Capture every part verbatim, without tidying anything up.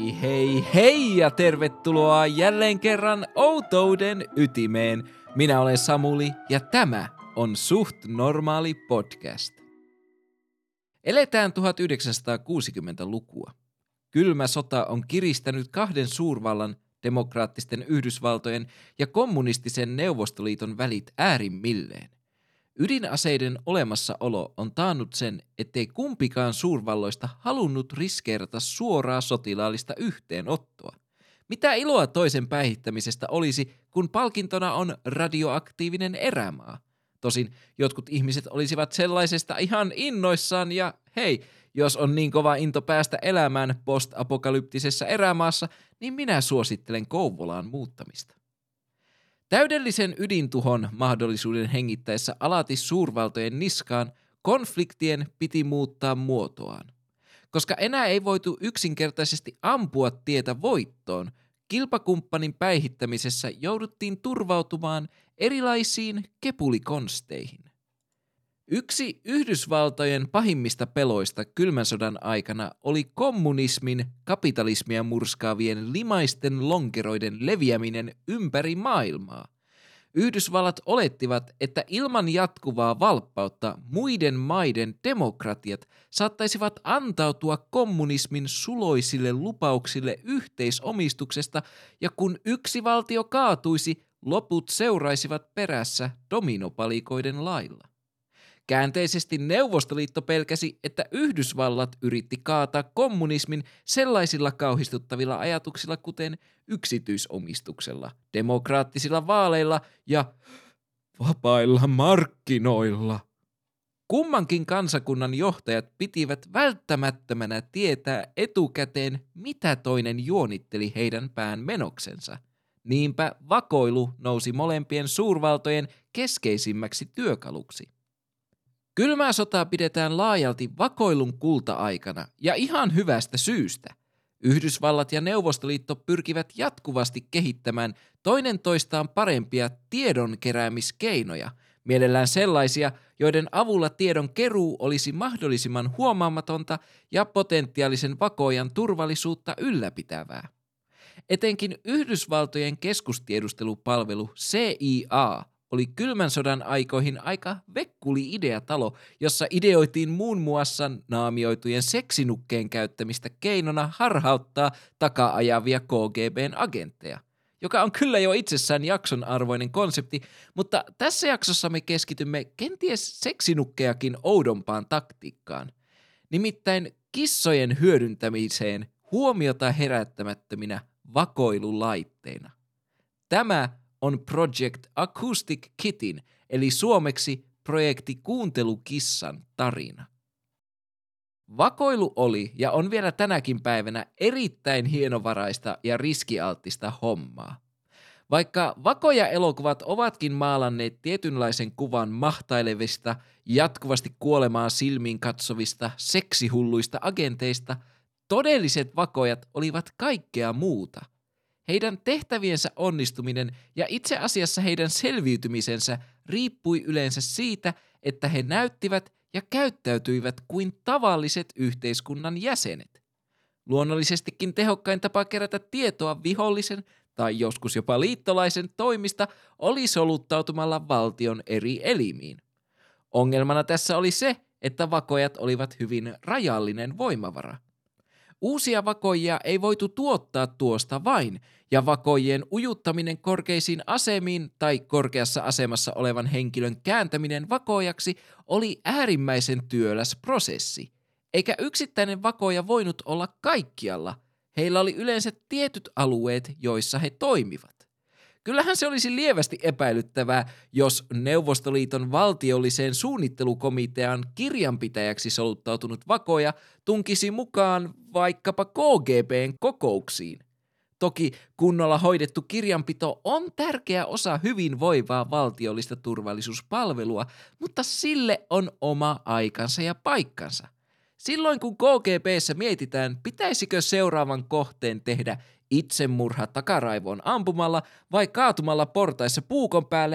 Hei hei hei ja tervetuloa jälleen kerran Outouden ytimeen. Minä olen Samuli ja tämä on Suht Normaali podcast. Eletään tuhatyhdeksänsataakuusikymmentälukua. Kylmä sota on kiristänyt kahden suurvallan, demokraattisten Yhdysvaltojen ja kommunistisen Neuvostoliiton välit äärimmilleen. Ydinaseiden olemassaolo on taannut sen, ettei kumpikaan suurvalloista halunnut riskeerata suoraa sotilaallista yhteenottoa. Mitä iloa toisen päihittämisestä olisi, kun palkintona on radioaktiivinen erämaa? Tosin jotkut ihmiset olisivat sellaisesta ihan innoissaan ja hei, jos on niin kova into päästä elämään post-apokalyptisessa erämaassa, niin minä suosittelen Kouvolaan muuttamista. Täydellisen ydintuhon mahdollisuuden hengittäessä alati suurvaltojen niskaan konfliktien piti muuttaa muotoaan. Koska enää ei voitu yksinkertaisesti ampua tietä voittoon, kilpakumppanin päihittämisessä jouduttiin turvautumaan erilaisiin kepulikonsteihin. Yksi Yhdysvaltojen pahimmista peloista kylmän sodan aikana oli kommunismin kapitalismia murskaavien limaisten lonkeroiden leviäminen ympäri maailmaa. Yhdysvallat olettivat, että ilman jatkuvaa valppautta muiden maiden demokratiat saattaisivat antautua kommunismin suloisille lupauksille yhteisomistuksesta, ja kun yksi valtio kaatuisi, loput seuraisivat perässä dominopalikoiden lailla. Käänteisesti Neuvostoliitto pelkäsi, että Yhdysvallat yritti kaataa kommunismin sellaisilla kauhistuttavilla ajatuksilla kuten yksityisomistuksella, demokraattisilla vaaleilla ja vapailla markkinoilla. Kummankin kansakunnan johtajat pitivät välttämättömänä tietää etukäteen, mitä toinen juonitteli heidän pään menoksensa. Niinpä vakoilu nousi molempien suurvaltojen keskeisimmäksi työkaluksi. Kylmää sotaa pidetään laajalti vakoilun kulta-aikana ja ihan hyvästä syystä. Yhdysvallat ja Neuvostoliitto pyrkivät jatkuvasti kehittämään toinen toistaan parempia tiedonkeräämiskeinoja, mielellään sellaisia, joiden avulla tiedon keruu olisi mahdollisimman huomaamatonta ja potentiaalisen vakoijan turvallisuutta ylläpitävää. Etenkin Yhdysvaltojen keskustiedustelupalvelu C I A oli kylmän sodan aikoihin aika vekkuli-ideatalo, jossa ideoitiin muun muassa naamioitujen seksinukkeen käyttämistä keinona harhauttaa takaa-ajavia K G B:n agentteja, joka on kyllä jo itsessään jakson arvoinen konsepti, mutta tässä jaksossa me keskitymme kenties seksinukkejakin oudompaan taktiikkaan, nimittäin kissojen hyödyntämiseen huomiota herättämättöminä vakoilulaitteina. Tämä on Project Acoustic Kittin, eli suomeksi projekti Kuuntelukissan tarina. Vakoilu oli ja on vielä tänäkin päivänä erittäin hienovaraista ja riskialttista hommaa. Vaikka vakoja-elokuvat ovatkin maalanneet tietynlaisen kuvan mahtailevista, jatkuvasti kuolemaan silmiin katsovista, seksihulluista agenteista, todelliset vakojat olivat kaikkea muuta. Heidän tehtäviensä onnistuminen ja itse asiassa heidän selviytymisensä riippui yleensä siitä, että he näyttivät ja käyttäytyivät kuin tavalliset yhteiskunnan jäsenet. Luonnollisestikin tehokkain tapa kerätä tietoa vihollisen tai joskus jopa liittolaisen toimista oli soluttautumalla valtion eri elimiin. Ongelmana tässä oli se, että vakojat olivat hyvin rajallinen voimavara. Uusia vakoijia ei voitu tuottaa tuosta vain, ja vakoijien ujuttaminen korkeisiin asemiin tai korkeassa asemassa olevan henkilön kääntäminen vakojaksi oli äärimmäisen työläs prosessi. Eikä yksittäinen vakoja voinut olla kaikkialla. Heillä oli yleensä tietyt alueet, joissa he toimivat. Kyllähän se olisi lievästi epäilyttävää, jos Neuvostoliiton valtiolliseen suunnittelukomitean kirjanpitäjäksi soluttautunut vakoja tunkisi mukaan vaikkapa K G B:n kokouksiin. Toki kunnolla hoidettu kirjanpito on tärkeä osa hyvinvoivaa valtiollista turvallisuuspalvelua, mutta sille on oma aikansa ja paikkansa. Silloin kun K G B:ssä mietitään, pitäisikö seuraavan kohteen tehdä itsemurha takaraivoon ampumalla vai kaatumalla portaissa puukon päälle,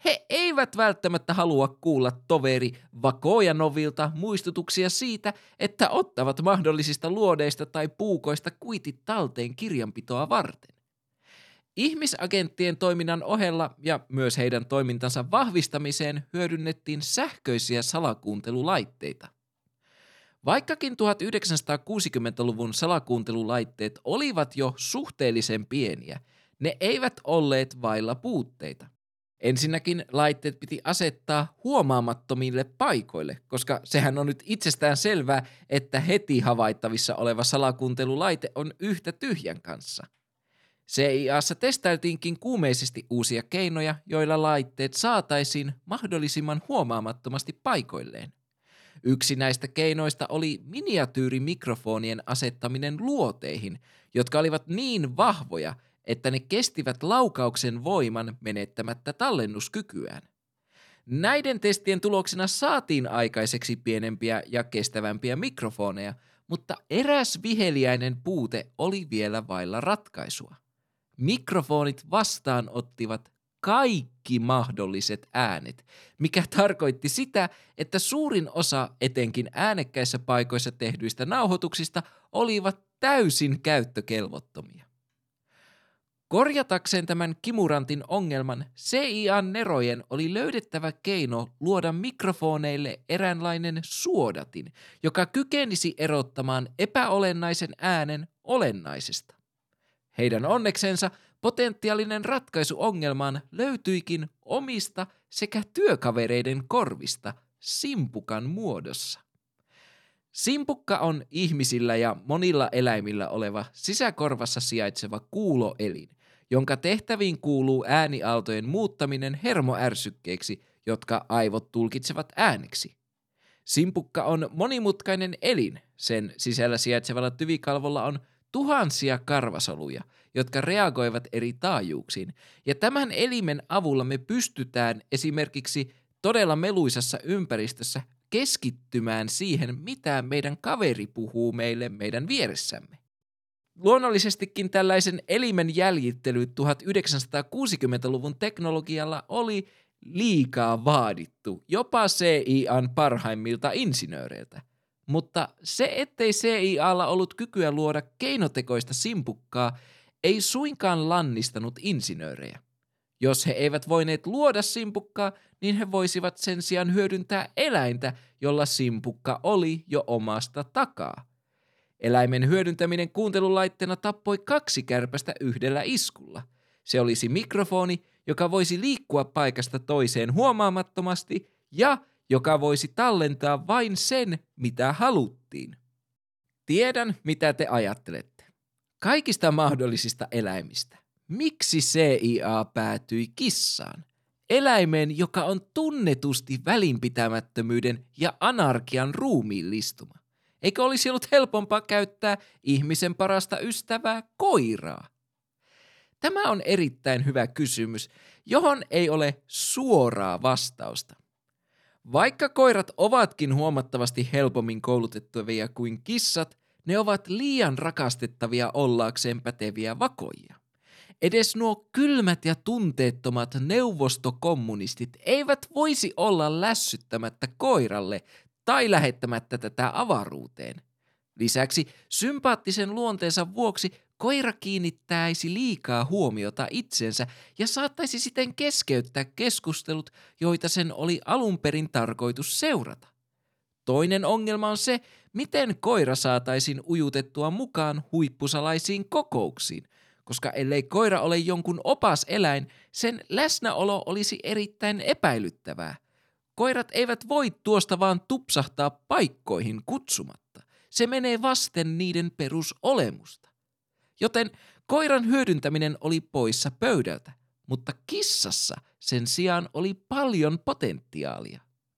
He eivät välttämättä halua kuulla toveri Vakojanovilta muistutuksia siitä, että ottavat mahdollisista luodeista tai puukoista kuitit talteen kirjanpitoa varten. Ihmisagenttien toiminnan ohella ja myös heidän toimintansa vahvistamiseen hyödynnettiin sähköisiä salakuuntelulaitteita. Vaikkakin tuhatyhdeksänsataakuusikymmentäluvun salakuuntelulaitteet olivat jo suhteellisen pieniä, ne eivät olleet vailla puutteita. Ensinnäkin laitteet piti asettaa huomaamattomille paikoille, koska sehän on nyt itsestään selvää, että heti havaittavissa oleva salakuuntelulaite on yhtä tyhjän kanssa. C I A:ssa testailtiinkin kuumeisesti uusia keinoja, joilla laitteet saataisiin mahdollisimman huomaamattomasti paikoilleen. Yksi näistä keinoista oli miniatyyrimikrofonien asettaminen luoteihin, jotka olivat niin vahvoja, että ne kestivät laukauksen voiman menettämättä tallennuskykyään. Näiden testien tuloksena saatiin aikaiseksi pienempiä ja kestävämpiä mikrofoneja, mutta eräs viheliäinen puute oli vielä vailla ratkaisua. Mikrofonit vastaanottivat kaikki mahdolliset äänet, mikä tarkoitti sitä, että suurin osa etenkin äänekkäissä paikoissa tehdyistä nauhoituksista olivat täysin käyttökelvottomia. Korjatakseen tämän kimurantin ongelman, C I A:n nerojen oli löydettävä keino luoda mikrofoneille eräänlainen suodatin, joka kykenisi erottamaan epäolennaisen äänen olennaisesta. Heidän onneksensa potentiaalinen ratkaisu ongelmaan löytyikin omista sekä työkavereiden korvista simpukan muodossa. Simpukka on ihmisillä ja monilla eläimillä oleva sisäkorvassa sijaitseva kuuloelin, jonka tehtäviin kuuluu ääniaaltojen muuttaminen hermoärsykkeiksi, jotka aivot tulkitsevat ääneksi. Simpukka on monimutkainen elin. Sen sisällä sijaitsevalla tyvikalvolla on tuhansia karvasoluja, jotka reagoivat eri taajuuksiin, ja tämän elimen avulla me pystytään esimerkiksi todella meluisassa ympäristössä keskittymään siihen, mitä meidän kaveri puhuu meille meidän vieressämme. Luonnollisestikin tällaisen elimen jäljittely tuhatyhdeksänsataakuusikymmentäluvun teknologialla oli liikaa vaadittu, jopa C I A:n parhaimmilta insinööreiltä. Mutta se, ettei C I A:lla ollut kykyä luoda keinotekoista simpukkaa, ei suinkaan lannistanut insinöörejä. Jos he eivät voineet luoda simpukkaa, niin he voisivat sen sijaan hyödyntää eläintä, jolla simpukka oli jo omasta takaa. Eläimen hyödyntäminen kuuntelulaitteena tappoi kaksi kärpästä yhdellä iskulla. Se olisi mikrofoni, joka voisi liikkua paikasta toiseen huomaamattomasti ja joka voisi tallentaa vain sen, mitä haluttiin. Tiedän, mitä te ajattelette. Kaikista mahdollisista eläimistä. Miksi C I A päätyi kissaan? Eläimeen, joka on tunnetusti välinpitämättömyyden ja anarkian ruumiillistuma. Eikö olisi ollut helpompaa käyttää ihmisen parasta ystävää, koiraa? Tämä on erittäin hyvä kysymys, johon ei ole suoraa vastausta. Vaikka koirat ovatkin huomattavasti helpommin koulutettavia kuin kissat, ne ovat liian rakastettavia ollaakseen päteviä vakoja. Edes nuo kylmät ja tunteettomat neuvostokommunistit eivät voisi olla lässyttämättä koiralle tai lähettämättä tätä avaruuteen. Lisäksi sympaattisen luonteensa vuoksi koira kiinnittäisi liikaa huomiota itsensä ja saattaisi siten keskeyttää keskustelut, joita sen oli alun perin tarkoitus seurata. Toinen ongelma on se, miten koira saataisiin ujutettua mukaan huippusalaisiin kokouksiin, koska ellei koira ole jonkun opas eläin, sen läsnäolo olisi erittäin epäilyttävää. Koirat eivät voi tuosta vaan tupsahtaa paikkoihin kutsumatta. Se menee vasten niiden perusolemusta. Joten koiran hyödyntäminen oli poissa pöydältä, mutta kissassa sen sijaan oli paljon potentiaalia.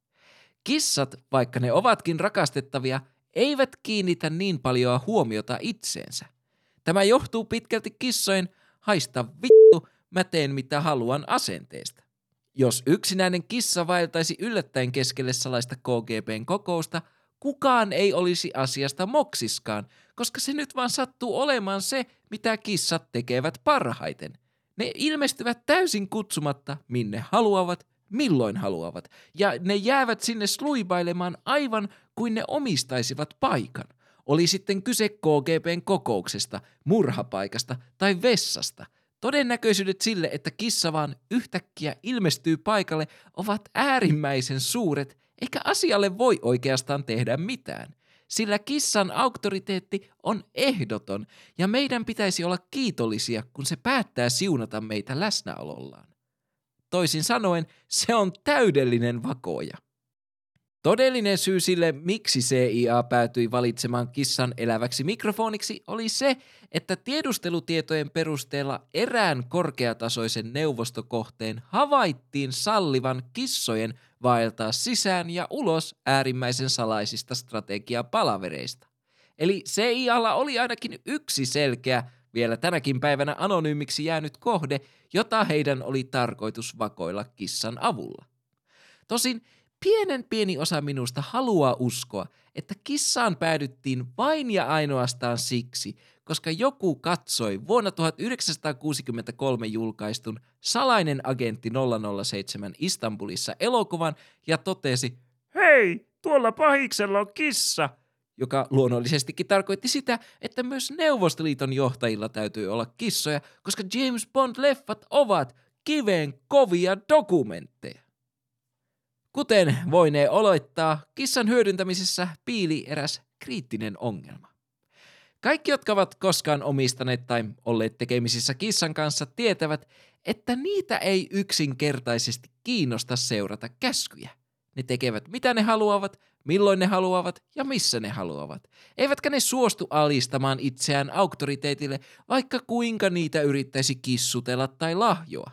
Kissat, vaikka ne ovatkin rakastettavia, eivät kiinnitä niin paljon huomiota itseensä. Tämä johtuu pitkälti kissojen haista vittu, mä teen mitä haluan asenteesta. Jos yksinäinen kissa vaeltaisi yllättäen keskelle salaista K G B:n kokousta, kukaan ei olisi asiasta moksiskaan, koska se nyt vaan sattuu olemaan se, mitä kissat tekevät parhaiten. Ne ilmestyvät täysin kutsumatta, minne haluavat, milloin haluavat, ja ne jäävät sinne sluibailemaan aivan kuin ne omistaisivat paikan. Oli sitten kyse K G B:n kokouksesta, murhapaikasta tai vessasta. Todennäköisyydet sille, että kissa vaan yhtäkkiä ilmestyy paikalle, ovat äärimmäisen suuret, eikä asialle voi oikeastaan tehdä mitään. Sillä kissan auktoriteetti on ehdoton, ja meidän pitäisi olla kiitollisia, kun se päättää siunata meitä läsnäolollaan. Toisin sanoen, se on täydellinen vakoja. Todellinen syy sille, miksi C I A päätyi valitsemaan kissan eläväksi mikrofoniksi, oli se, että tiedustelutietojen perusteella erään korkeatasoisen neuvostokohteen havaittiin sallivan kissojen vaeltaa sisään ja ulos äärimmäisen salaisista strategiapalavereista. Eli C I A:lla oli ainakin yksi selkeä, vielä tänäkin päivänä anonyymiksi jäänyt kohde, jota heidän oli tarkoitus vakoilla kissan avulla. Tosin pienen pieni osa minusta haluaa uskoa, että kissaan päädyttiin vain ja ainoastaan siksi, koska joku katsoi vuonna tuhatyhdeksänsataakuusikymmentäkolme julkaistun Salainen agentti nolla nolla seitsemän Istanbulissa elokuvan ja totesi, hei, tuolla pahiksella on kissa, joka luonnollisestikin tarkoitti sitä, että myös Neuvostoliiton johtajilla täytyy olla kissoja, koska James Bond-leffat ovat kiveen kovia dokumentteja. Kuten voinee oleittaa, kissan hyödyntämisessä piili eräs kriittinen ongelma. Kaikki, jotka ovat koskaan omistaneet tai olleet tekemisissä kissan kanssa, tietävät, että niitä ei yksinkertaisesti kiinnosta seurata käskyjä. Ne tekevät mitä ne haluavat, milloin ne haluavat ja missä ne haluavat. Eivätkä ne suostu alistamaan itseään auktoriteetille, vaikka kuinka niitä yrittäisi kissutella tai lahjoa.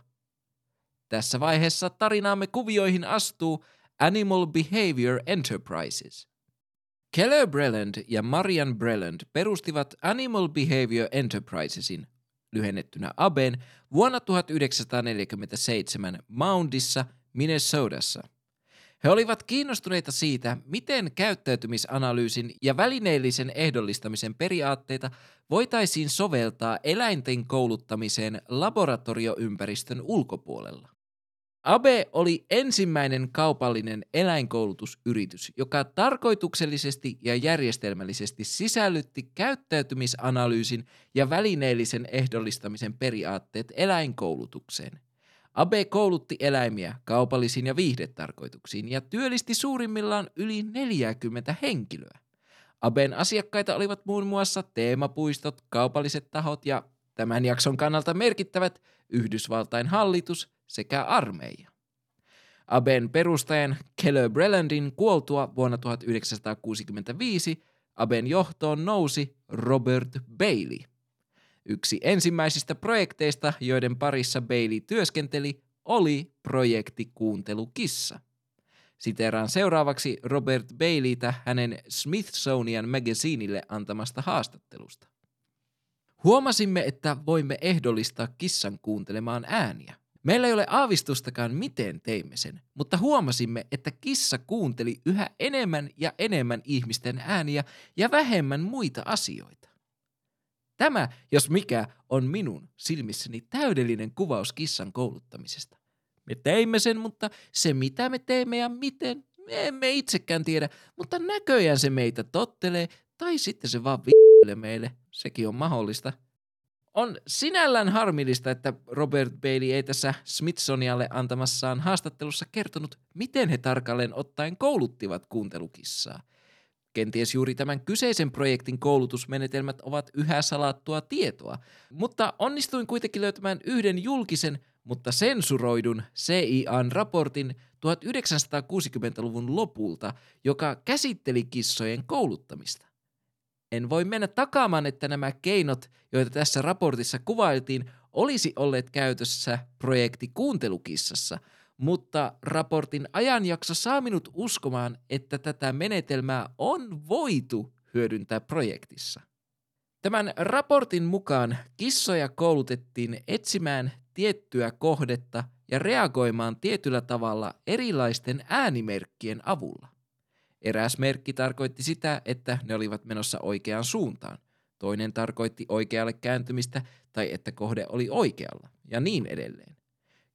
Tässä vaiheessa tarinaamme kuvioihin astuu Animal Behavior Enterprises. Keller Breland ja Marian Breland perustivat Animal Behavior Enterprisesin, lyhennettynä A B E N, vuonna tuhatyhdeksänsataaneljäkymmentäseitsemän Moundissa, Minnesotassa. He olivat kiinnostuneita siitä, miten käyttäytymisanalyysin ja välineellisen ehdollistamisen periaatteita voitaisiin soveltaa eläinten kouluttamiseen laboratorioympäristön ulkopuolella. A B E oli ensimmäinen kaupallinen eläinkoulutusyritys, joka tarkoituksellisesti ja järjestelmällisesti sisällytti käyttäytymisanalyysin ja välineellisen ehdollistamisen periaatteet eläinkoulutukseen. A B E koulutti eläimiä kaupallisiin ja viihdetarkoituksiin ja työllisti suurimmillaan yli neljäkymmentä henkilöä. A B E N asiakkaita olivat muun muassa teemapuistot, kaupalliset tahot ja tämän jakson kannalta merkittävät Yhdysvaltain hallitus sekä armeija. A B E N perustajan Keller Brelandin kuoltua vuonna tuhatyhdeksänsataakuusikymmentäviisi A B E N johtoon nousi Robert Bailey. Yksi ensimmäisistä projekteista, joiden parissa Bailey työskenteli, oli projekti Kuuntelukissa. Siteeraan seuraavaksi Robert Baileytä hänen Smithsonian Magazinelle antamasta haastattelusta. Huomasimme, että voimme ehdollistaa kissan kuuntelemaan ääniä. Meillä ei ole aavistustakaan, miten teimme sen, mutta huomasimme, että kissa kuunteli yhä enemmän ja enemmän ihmisten ääniä ja vähemmän muita asioita. Tämä, jos mikä, on minun silmissäni täydellinen kuvaus kissan kouluttamisesta. Me teimme sen, mutta se mitä me teimme ja miten, me emme itsekään tiedä, mutta näköjään se meitä tottelee tai sitten se vaan vi***lee meille, sekin on mahdollista. On sinällään harmillista, että Robert Bailey ei tässä Smithsonialle antamassaan haastattelussa kertonut, miten he tarkalleen ottaen kouluttivat kuuntelukissaa. Kenties juuri tämän kyseisen projektin koulutusmenetelmät ovat yhä salattua tietoa, mutta onnistuin kuitenkin löytämään yhden julkisen, mutta sensuroidun C I A:n raportin tuhatyhdeksänsataakuusikymmentäluvun lopulta, joka käsitteli kissojen kouluttamista. En voi mennä takaamaan, että nämä keinot, joita tässä raportissa kuvailtiin, olisi olleet käytössä projekti Kuuntelukissassa, mutta raportin ajanjakso saa minut uskomaan, että tätä menetelmää on voitu hyödyntää projektissa. Tämän raportin mukaan kissoja koulutettiin etsimään tiettyä kohdetta ja reagoimaan tietyllä tavalla erilaisten äänimerkkien avulla. Eräs merkki tarkoitti sitä, että ne olivat menossa oikeaan suuntaan. Toinen tarkoitti oikealle kääntymistä tai että kohde oli oikealla ja niin edelleen.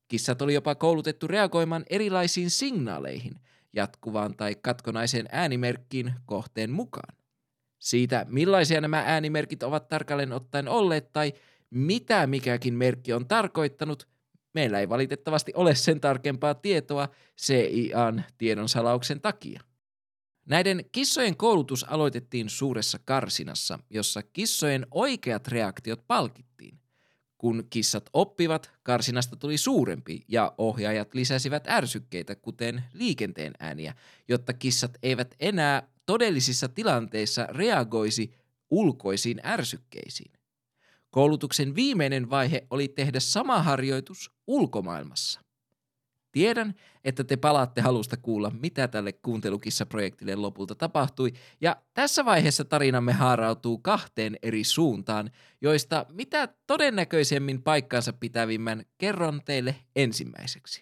Kissat oli jopa koulutettu reagoimaan erilaisiin signaaleihin, jatkuvaan tai katkonaiseen äänimerkkiin kohteen mukaan. Siitä, millaisia nämä äänimerkit ovat tarkalleen ottaen olleet tai mitä mikäkin merkki on tarkoittanut, meillä ei valitettavasti ole sen tarkempaa tietoa C I A:n tiedonsalauksen takia. Näiden kissojen koulutus aloitettiin suuressa karsinassa, jossa kissojen oikeat reaktiot palkittiin. Kun kissat oppivat, karsinasta tuli suurempi ja ohjaajat lisäsivät ärsykkeitä, kuten liikenteen ääniä, jotta kissat eivät enää todellisissa tilanteissa reagoisi ulkoisiin ärsykkeisiin. Koulutuksen viimeinen vaihe oli tehdä sama harjoitus ulkomaailmassa. Tiedän, että te palaatte halusta kuulla, mitä tälle Kuuntelukissa-projektille lopulta tapahtui, ja tässä vaiheessa tarinamme haarautuu kahteen eri suuntaan, joista mitä todennäköisemmin paikkaansa pitävimmän kerron teille ensimmäiseksi.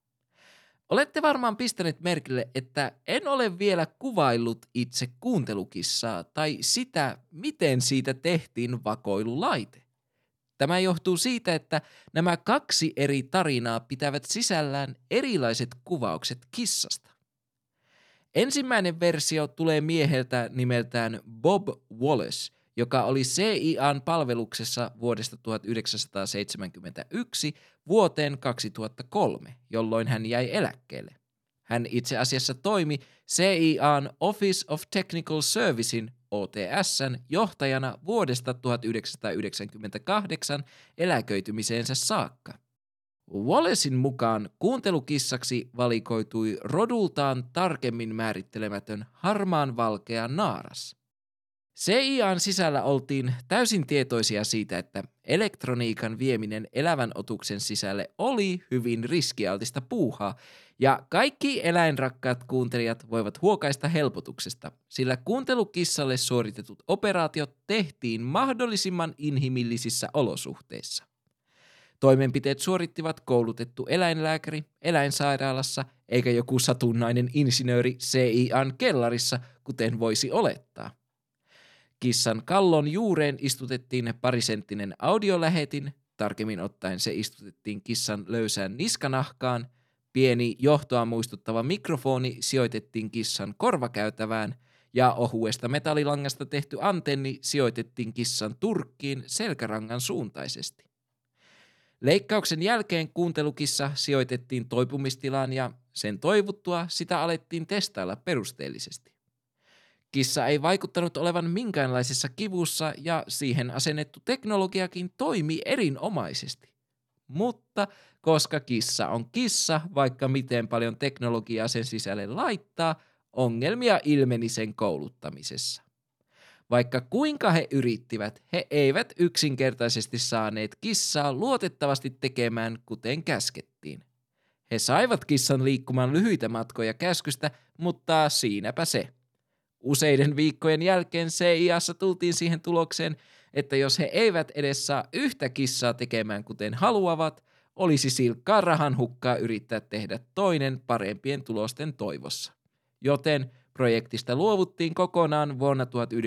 Olette varmaan pistäneet merkille, että en ole vielä kuvaillut itse kuuntelukissaa tai sitä, miten siitä tehtiin vakoilulaite. Tämä johtuu siitä, että nämä kaksi eri tarinaa pitävät sisällään erilaiset kuvaukset kissasta. Ensimmäinen versio tulee mieheltä nimeltään Bob Wallace, joka oli C I A:n palveluksessa vuodesta tuhatyhdeksänsataaseitsemänkymmentäyksi vuoteen kaksituhattakolme, jolloin hän jäi eläkkeelle. Hän itse asiassa toimi C I A:n Office of Technical Servicein O T S:n johtajana vuodesta tuhatyhdeksänsataayhdeksänkymmentäkahdeksan eläköitymiseensä saakka. Wallacein mukaan kuuntelukissaksi valikoitui rodultaan tarkemmin määrittelemätön harmaanvalkea naaras. C I A:n sisällä oltiin täysin tietoisia siitä, että elektroniikan vieminen elävän otuksen sisälle oli hyvin riskialtista puuhaa, ja kaikki eläinrakkaat kuuntelijat voivat huokaista helpotuksesta, sillä kuuntelukissalle suoritetut operaatiot tehtiin mahdollisimman inhimillisissä olosuhteissa. Toimenpiteet suorittivat koulutettu eläinlääkäri eläinsairaalassa, eikä joku satunnainen insinööri C I A:n kellarissa, kuten voisi olettaa. Kissan kallon juureen istutettiin parisenttinen audiolähetin, tarkemmin ottaen se istutettiin kissan löysään niskanahkaan, pieni johtoa muistuttava mikrofoni sijoitettiin kissan korvakäytävään ja ohuesta metallilangasta tehty antenni sijoitettiin kissan turkkiin selkärangan suuntaisesti. Leikkauksen jälkeen kuuntelukissa sijoitettiin toipumistilaan ja sen toivuttua sitä alettiin testailla perusteellisesti. Kissa ei vaikuttanut olevan minkäänlaisessa kivussa ja siihen asennettu teknologiakin toimi erinomaisesti. Mutta koska kissa on kissa, vaikka miten paljon teknologiaa sen sisälle laittaa, ongelmia ilmeni sen kouluttamisessa. Vaikka kuinka he yrittivät, he eivät yksinkertaisesti saaneet kissaa luotettavasti tekemään kuten käskettiin. He saivat kissan liikkumaan lyhyitä matkoja käskystä, mutta siinäpä se. Useiden viikkojen jälkeen C I A:ssa tultiin siihen tulokseen, että jos he eivät edes saa yhtä kissaa tekemään kuten haluavat, olisi silkkaa rahan hukkaa yrittää tehdä toinen parempien tulosten toivossa. Joten projektista luovuttiin kokonaan vuonna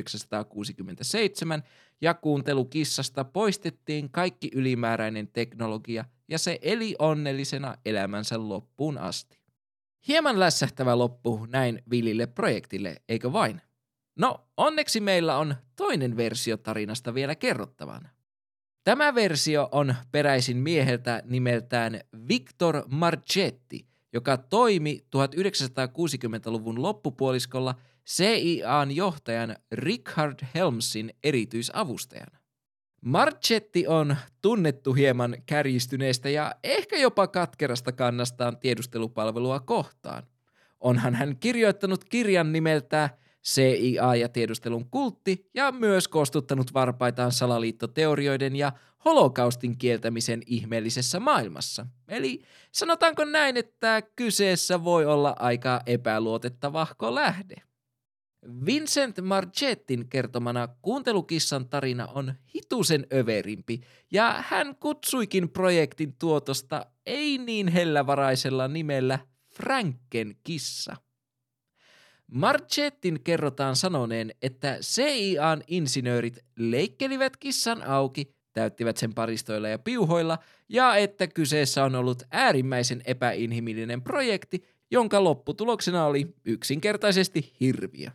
tuhatyhdeksänsataakuusikymmentäseitsemän ja kuuntelukissasta poistettiin kaikki ylimääräinen teknologia ja se eli onnellisena elämänsä loppuun asti. Hieman lässähtävä loppu näin villille projektille, eikö vain? No, onneksi meillä on toinen versio tarinasta vielä kerrottavana. Tämä versio on peräisin mieheltä nimeltään Victor Marchetti, joka toimi tuhatyhdeksänsataakuusikymmentäluvun loppupuoliskolla C I A:n johtajan Richard Helmsin erityisavustajana. Marchetti on tunnettu hieman kärjistyneestä ja ehkä jopa katkerasta kannastaan tiedustelupalvelua kohtaan. Onhan hän kirjoittanut kirjan nimeltään C I A ja tiedustelun kultti ja myös kostuttanut varpaitaan salaliittoteorioiden ja holokaustin kieltämisen ihmeellisessä maailmassa. Eli sanotaanko näin, että kyseessä voi olla aika epäluotettavahko lähde. Vincent Marchettin kertomana kuuntelukissan tarina on hitusen överimpi ja hän kutsuikin projektin tuotosta ei niin hellävaraisella nimellä Franken kissa. Marchettin kerrotaan sanoneen, että C I A:n insinöörit leikkelivät kissan auki, täyttivät sen paristoilla ja piuhoilla, ja että kyseessä on ollut äärimmäisen epäinhimillinen projekti, jonka lopputuloksena oli yksinkertaisesti hirviö.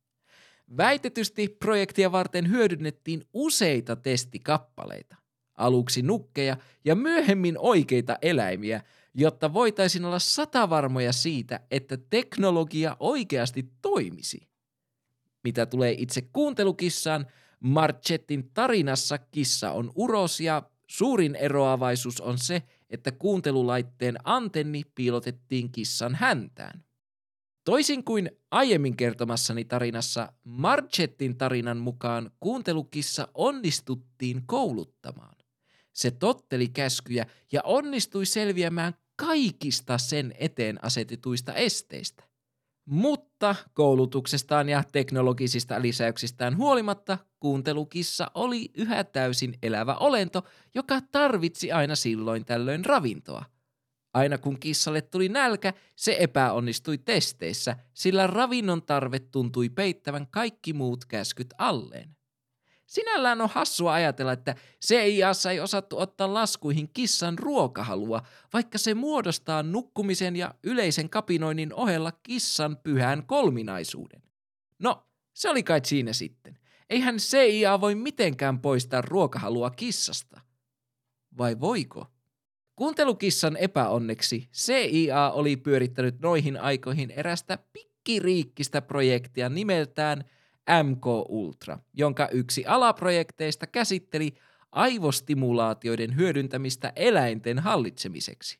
Väitetysti projektia varten hyödynnettiin useita testikappaleita, aluksi nukkeja ja myöhemmin oikeita eläimiä, jotta voitaisiin olla satavarmoja siitä, että teknologia oikeasti toimisi. Mitä tulee itse kuuntelukissaan, Marchettin tarinassa kissa on uros ja suurin eroavaisuus on se, että kuuntelulaitteen antenni piilotettiin kissan häntään. Toisin kuin aiemmin kertomassani tarinassa, Marchettin tarinan mukaan kuuntelukissa onnistuttiin kouluttamaan. Se totteli käskyjä ja onnistui selviämään kaikista sen eteen asetetuista esteistä. Mutta koulutuksestaan ja teknologisista lisäyksistään huolimatta kuuntelukissa oli yhä täysin elävä olento, joka tarvitsi aina silloin tällöin ravintoa. Aina kun kissalle tuli nälkä, se epäonnistui testeissä, sillä ravinnon tarve tuntui peittävän kaikki muut käskyt alleen. Sinällään on hassua ajatella, että C I A:ssa ei osattu ottaa laskuihin kissan ruokahalua, vaikka se muodostaa nukkumisen ja yleisen kapinoinnin ohella kissan pyhän kolminaisuuden. No, se oli kai siinä sitten. Eihän C I A voi mitenkään poistaa ruokahalua kissasta. Vai voiko? Kuuntelukissan epäonneksi C I A oli pyörittänyt noihin aikoihin erästä pikkiriikkistä projektia nimeltään M K Ultra, jonka yksi alaprojekteista käsitteli aivostimulaatioiden hyödyntämistä eläinten hallitsemiseksi.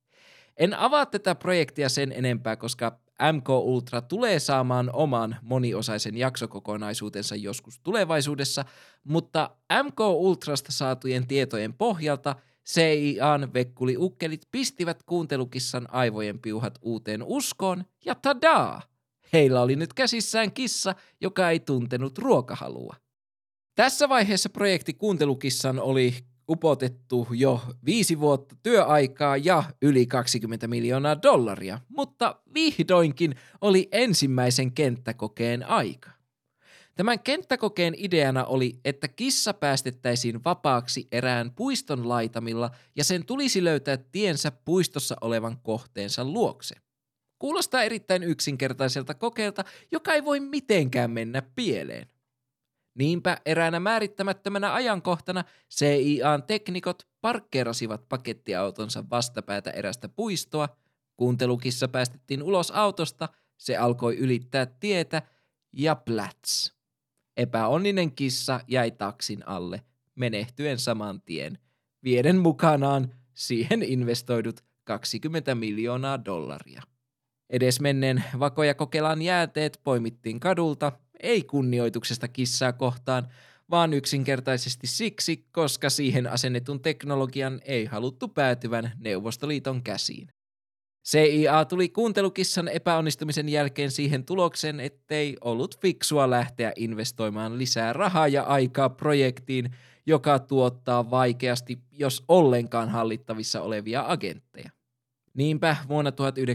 En avaa tätä projektia sen enempää, koska M K Ultra tulee saamaan oman moniosaisen jaksokokonaisuutensa joskus tulevaisuudessa, mutta M K Ultrasta saatujen tietojen pohjalta C I A:n vekkuliukkelit pistivät kuuntelukissan aivojen piuhat uuteen uskoon ja tadaa! Heillä oli nyt käsissään kissa, joka ei tuntenut ruokahalua. Tässä vaiheessa projekti Kuuntelukissan oli upotettu jo viisi vuotta työaikaa ja yli kaksikymmentä miljoonaa dollaria, mutta vihdoinkin oli ensimmäisen kenttäkokeen aika. Tämän kenttäkokeen ideana oli, että kissa päästettäisiin vapaaksi erään puiston laitamilla ja sen tulisi löytää tiensä puistossa olevan kohteensa luokse. Kuulostaa erittäin yksinkertaiselta kokeelta, joka ei voi mitenkään mennä pieleen. Niinpä eräänä määrittämättömänä ajankohtana C I A:n teknikot parkkeerasivat pakettiautonsa vastapäätä erästä puistoa, kuuntelukissa päästettiin ulos autosta, se alkoi ylittää tietä ja plats. Epäonninen kissa jäi taksin alle, menehtyen saman tien, vieden mukanaan siihen investoidut kaksikymmentä miljoonaa dollaria. Edesmenneen Vakoja Kokelan jääteet poimittiin kadulta, ei kunnioituksesta kissaa kohtaan, vaan yksinkertaisesti siksi, koska siihen asennetun teknologian ei haluttu päätyvän Neuvostoliiton käsiin. C I A tuli kuuntelukissan epäonnistumisen jälkeen siihen tulokseen, ettei ollut fiksua lähteä investoimaan lisää rahaa ja aikaa projektiin, joka tuottaa vaikeasti, jos ollenkaan hallittavissa olevia agentteja. Niinpä vuonna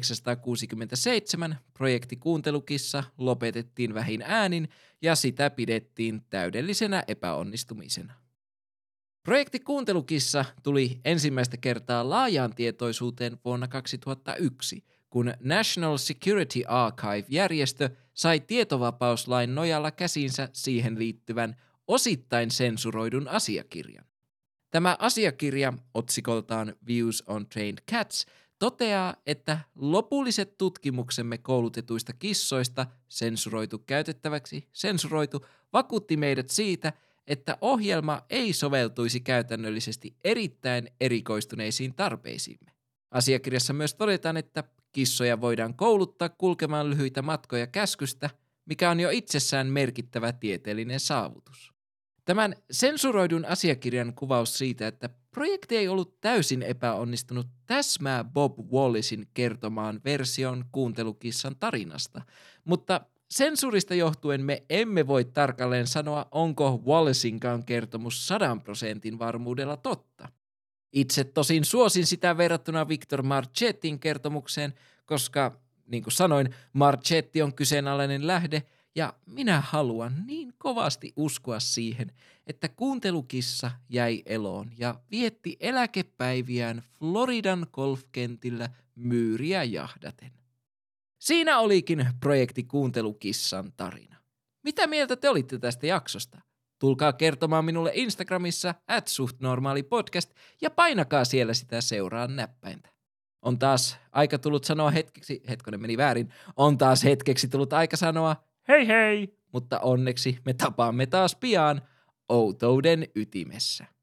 tuhatyhdeksänsataakuusikymmentäseitsemän projekti Kuuntelukissa lopetettiin vähin äänin ja sitä pidettiin täydellisenä epäonnistumisena. Projekti Kuuntelukissa tuli ensimmäistä kertaa laajaan tietoisuuteen vuonna kaksituhattayksi, kun National Security Archive-järjestö sai tietovapauslain nojalla käsinsä siihen liittyvän osittain sensuroidun asiakirjan. Tämä asiakirja otsikoltaan Views on Trained Cats toteaa, että lopulliset tutkimuksemme koulutetuista kissoista, sensuroitu käytettäväksi, sensuroitu, vakuutti meidät siitä, että ohjelma ei soveltuisi käytännöllisesti erittäin erikoistuneisiin tarpeisiimme. Asiakirjassa myös todetaan, että kissoja voidaan kouluttaa kulkemaan lyhyitä matkoja käskystä, mikä on jo itsessään merkittävä tieteellinen saavutus. Tämän sensuroidun asiakirjan kuvaus siitä, että projekti ei ollut täysin epäonnistunut, täsmää Bob Wallacein kertomaan version Kuuntelukissan tarinasta, mutta sensuurista johtuen me emme voi tarkalleen sanoa, onko Wallacinkaan kertomus sadan prosentin varmuudella totta. Itse tosin suosin sitä verrattuna Victor Marchettin kertomukseen, koska, niin kuin sanoin, Marchetti on kyseenalainen lähde Ja minä haluan niin kovasti uskoa siihen, että kuuntelukissa jäi eloon ja vietti eläkepäiviään Floridan golfkentillä myyriä jahdaten. Siinä olikin projekti Kuuntelukissan tarina. Mitä mieltä te olitte tästä jaksosta? Tulkaa kertomaan minulle Instagramissa at suhtnormaalipodcast ja painakaa siellä sitä seuraan näppäintä. On taas aika tullut sanoa hetkeksi, hetkonen meni väärin, on taas hetkeksi tullut aika sanoa hei hei, mutta onneksi me tapaamme taas pian outouden ytimessä.